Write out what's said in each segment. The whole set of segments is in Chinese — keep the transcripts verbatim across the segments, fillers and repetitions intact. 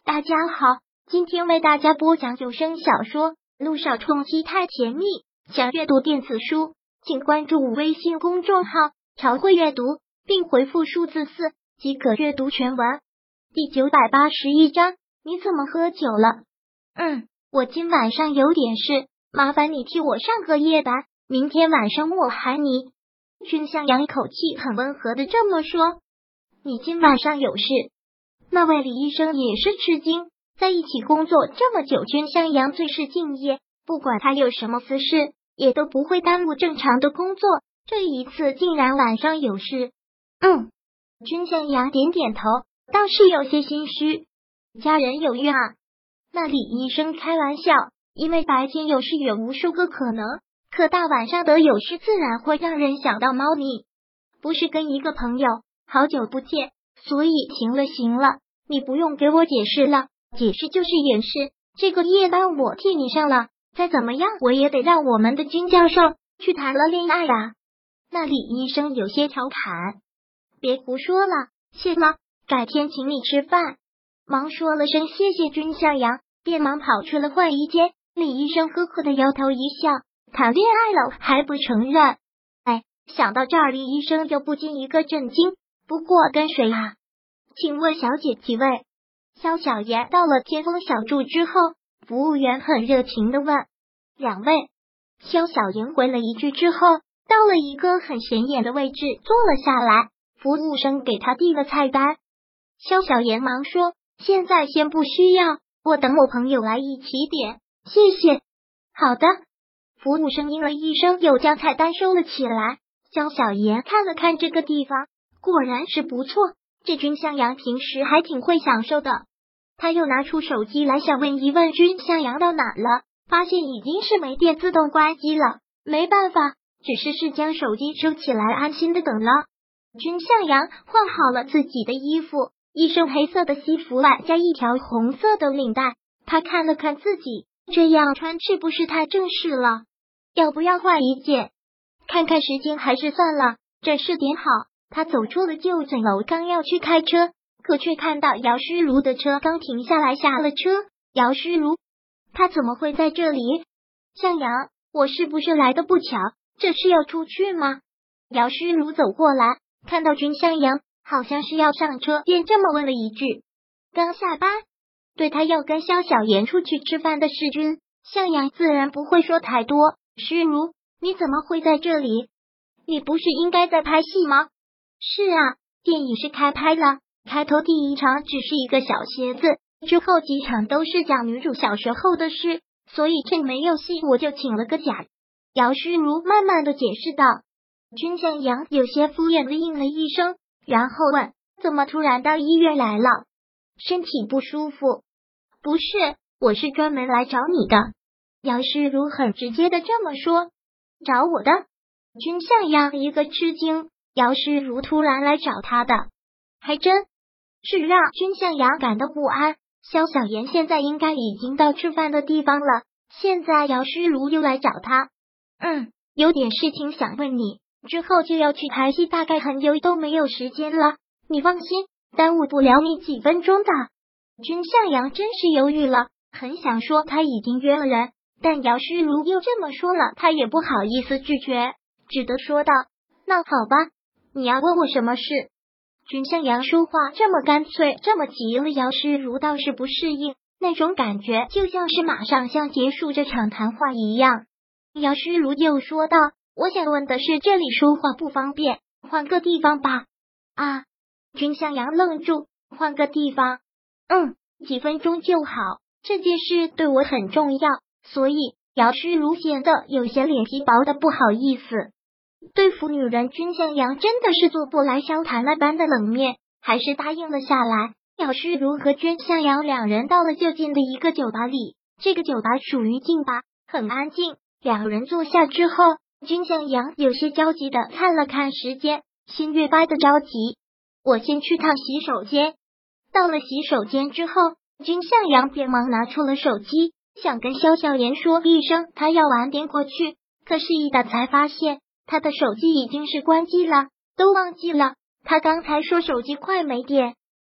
大家好，今天为大家播讲有声小说《路上冲击太甜蜜》。想阅读电子书，请关注微信公众号朝会阅读，并回复数字四即可阅读全文。第九百八十一章，你怎么喝酒了？嗯，我今晚上有点事，麻烦你替我上个夜班，明天晚上我喊你。君向阳口气很温和的这么说。你今晚上有事？那位李医生也是吃惊，在一起工作这么久，君向阳最是敬业，不管他有什么私事，也都不会耽误正常的工作。这一次竟然晚上有事。嗯，君向阳点点头，倒是有些心虚。家人有孕啊？那李医生开玩笑，因为白天有事有无数个可能，可大晚上的有事自然会让人想到猫腻。不是跟一个朋友好久不见，所以行了行了，你不用给我解释了，解释就是掩饰。这个夜班我替你上了，再怎么样我也得让我们的君教授去谈了恋爱啊。那李医生有些调侃，别胡说了，谢了，改天请你吃饭。忙说了声谢谢君向阳，便忙跑去了换衣间。李医生呵呵的摇头一笑，谈恋爱了还不承认？哎，想到这儿，李医生又不禁一个震惊。不过跟谁啊？请问小姐几位？肖小妍到了天风小筑之后，服务员很热情的问。两位。肖小妍回了一句之后，到了一个很显眼的位置坐了下来，服务生给他递了菜单。肖小妍忙说，现在先不需要，我等我朋友来一起点，谢谢。好的。服务生应了一声，又将菜单收了起来。肖小妍看了看这个地方，果然是不错，这君向阳平时还挺会享受的。他又拿出手机来想问一问君向阳到哪了，发现已经是没电自动关机了，没办法，只是是将手机收起来安心的等了。君向阳换好了自己的衣服，一身黑色的西服外加一条红色的领带，他看了看自己，这样穿是不是太正式了？要不要换一件？看看时间还是算了，这是点好。他走出了就诊楼，刚要去开车，可却看到姚诗如的车刚停下来，下了车。姚诗如，他怎么会在这里？向阳，我是不是来的不巧？这是要出去吗？姚诗如走过来，看到君向阳，好像是要上车，便这么问了一句。刚下班？对他要跟肖小妍出去吃饭的事，君向阳自然不会说太多。诗如，你怎么会在这里？你不是应该在拍戏吗？是啊，电影是开拍了，开头第一场只是一个小蝎子，之后几场都是讲女主小时候的事，所以趁没有戏我就请了个假。姚诗如慢慢的解释道。君向阳有些敷衍的应了一声，然后问，怎么突然到医院来了？身体不舒服？不是，我是专门来找你的。姚诗如很直接的这么说。找我的？君向阳一个吃惊，姚诗如突然来找他的，还真是让君向阳感到不安。肖小妍现在应该已经到吃饭的地方了，现在姚诗如又来找他。嗯，有点事情想问你，之后就要去拍戏，大概很久都没有时间了，你放心，耽误不了你几分钟的。君向阳真是犹豫了，很想说他已经约了人，但姚诗如又这么说了，他也不好意思拒绝，只得说道，那好吧，你要问我什么事？君向阳说话这么干脆，这么急了，姚诗如倒是不适应，那种感觉就像是马上像结束这场谈话一样。姚诗如又说道，我想问的是这里说话不方便，换个地方吧。啊！君向阳愣住，换个地方？嗯，几分钟就好，这件事对我很重要，所以姚诗如显得有些脸皮薄的不好意思。对付女人，君向阳真的是做不来萧谈那般的冷面，还是答应了下来。姚诗如和君向阳两人到了就近的一个酒吧里，这个酒吧属于静吧，很安静。两人坐下之后，君向阳有些焦急的看了看时间，心越掰的着急。我先去趟洗手间。到了洗手间之后，君向阳便忙拿出了手机，想跟肖小妍说一声他要晚点过去，可是一打才发现他的手机已经是关机了，都忘记了他刚才说手机快没电。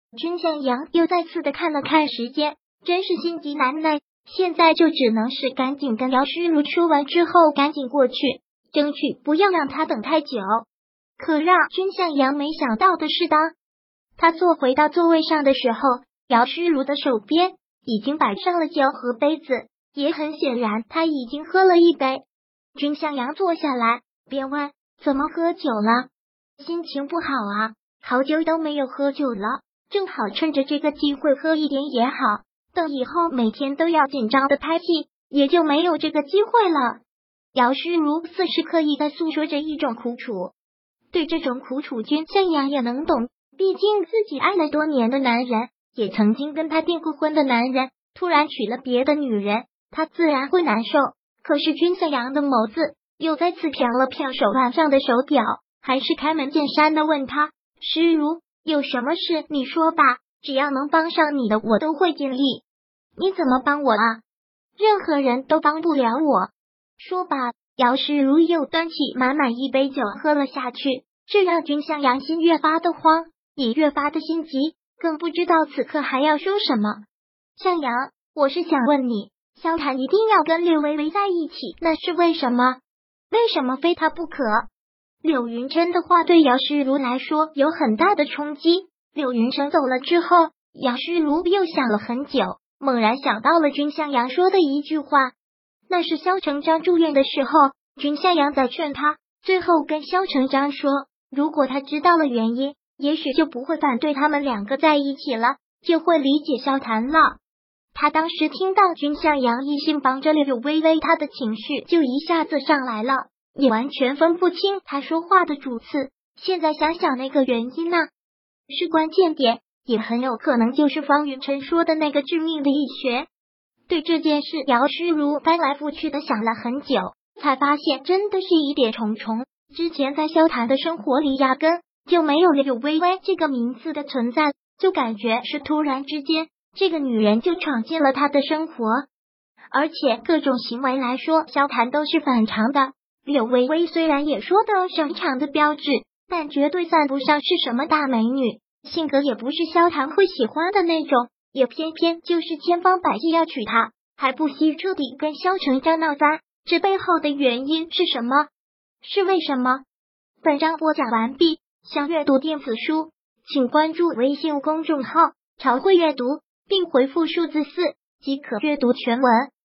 君向阳又再次的看了看时间，真是心急难耐，现在就只能是赶紧跟姚诗如说完之后赶紧过去，争取不要让他等太久。可让君向阳没想到的是，当他坐回到座位上的时候，姚诗如的手边已经摆上了酒和杯子，也很显然他已经喝了一杯。君向阳坐下来便问，怎么喝酒了？心情不好啊？好久都没有喝酒了，正好趁着这个机会喝一点也好，等以后每天都要紧张的拍戏，也就没有这个机会了。姚诗如似是刻意的诉说着一种苦楚，对这种苦楚君向阳也能懂，毕竟自己爱了多年的男人，也曾经跟他订过婚的男人，突然娶了别的女人，他自然会难受。可是君向阳的眸子又再次瞟了瞟手腕上的手表，还是开门见山的问他，诗如，有什么事你说吧，只要能帮上你的我都会尽力。你怎么帮我啊？任何人都帮不了我。说罢，姚诗如又端起满满一杯酒喝了下去，这让君向阳心越发的慌，也越发的心急，更不知道此刻还要说什么。向阳，我是想问你，萧谈一定要跟柳微微在一起，那是为什么？为什么非他不可？柳云琛的话对姚诗如来说有很大的冲击。柳云琛走了之后，姚诗如又想了很久，猛然想到了君向阳说的一句话，那是萧成章住院的时候，君向阳在劝他，最后跟萧成章说，如果他知道了原因，也许就不会反对他们两个在一起了，就会理解萧谈了。他当时听到君向阳一心帮着柳微微，他的情绪就一下子上来了，也完全分不清他说话的主次。现在想想那个原因呢、啊，是关键点，也很有可能就是方云晨说的那个致命的一拳。对这件事，姚诗如翻来覆去的想了很久，才发现真的是疑点重重。之前在萧谈的生活里，压根就没有柳微微这个名字的存在，就感觉是突然之间，这个女人就闯进了他的生活，而且各种行为来说，萧谈都是反常的。柳微微虽然也说得上常的标致，但绝对算不上是什么大美女，性格也不是萧谈会喜欢的那种，也偏偏就是千方百计要娶她，还不惜彻底跟萧成章闹翻。这背后的原因是什么？是为什么？本章播讲完毕，想阅读电子书，请关注微信公众号朝会阅读，并回复数字四即可阅读全文。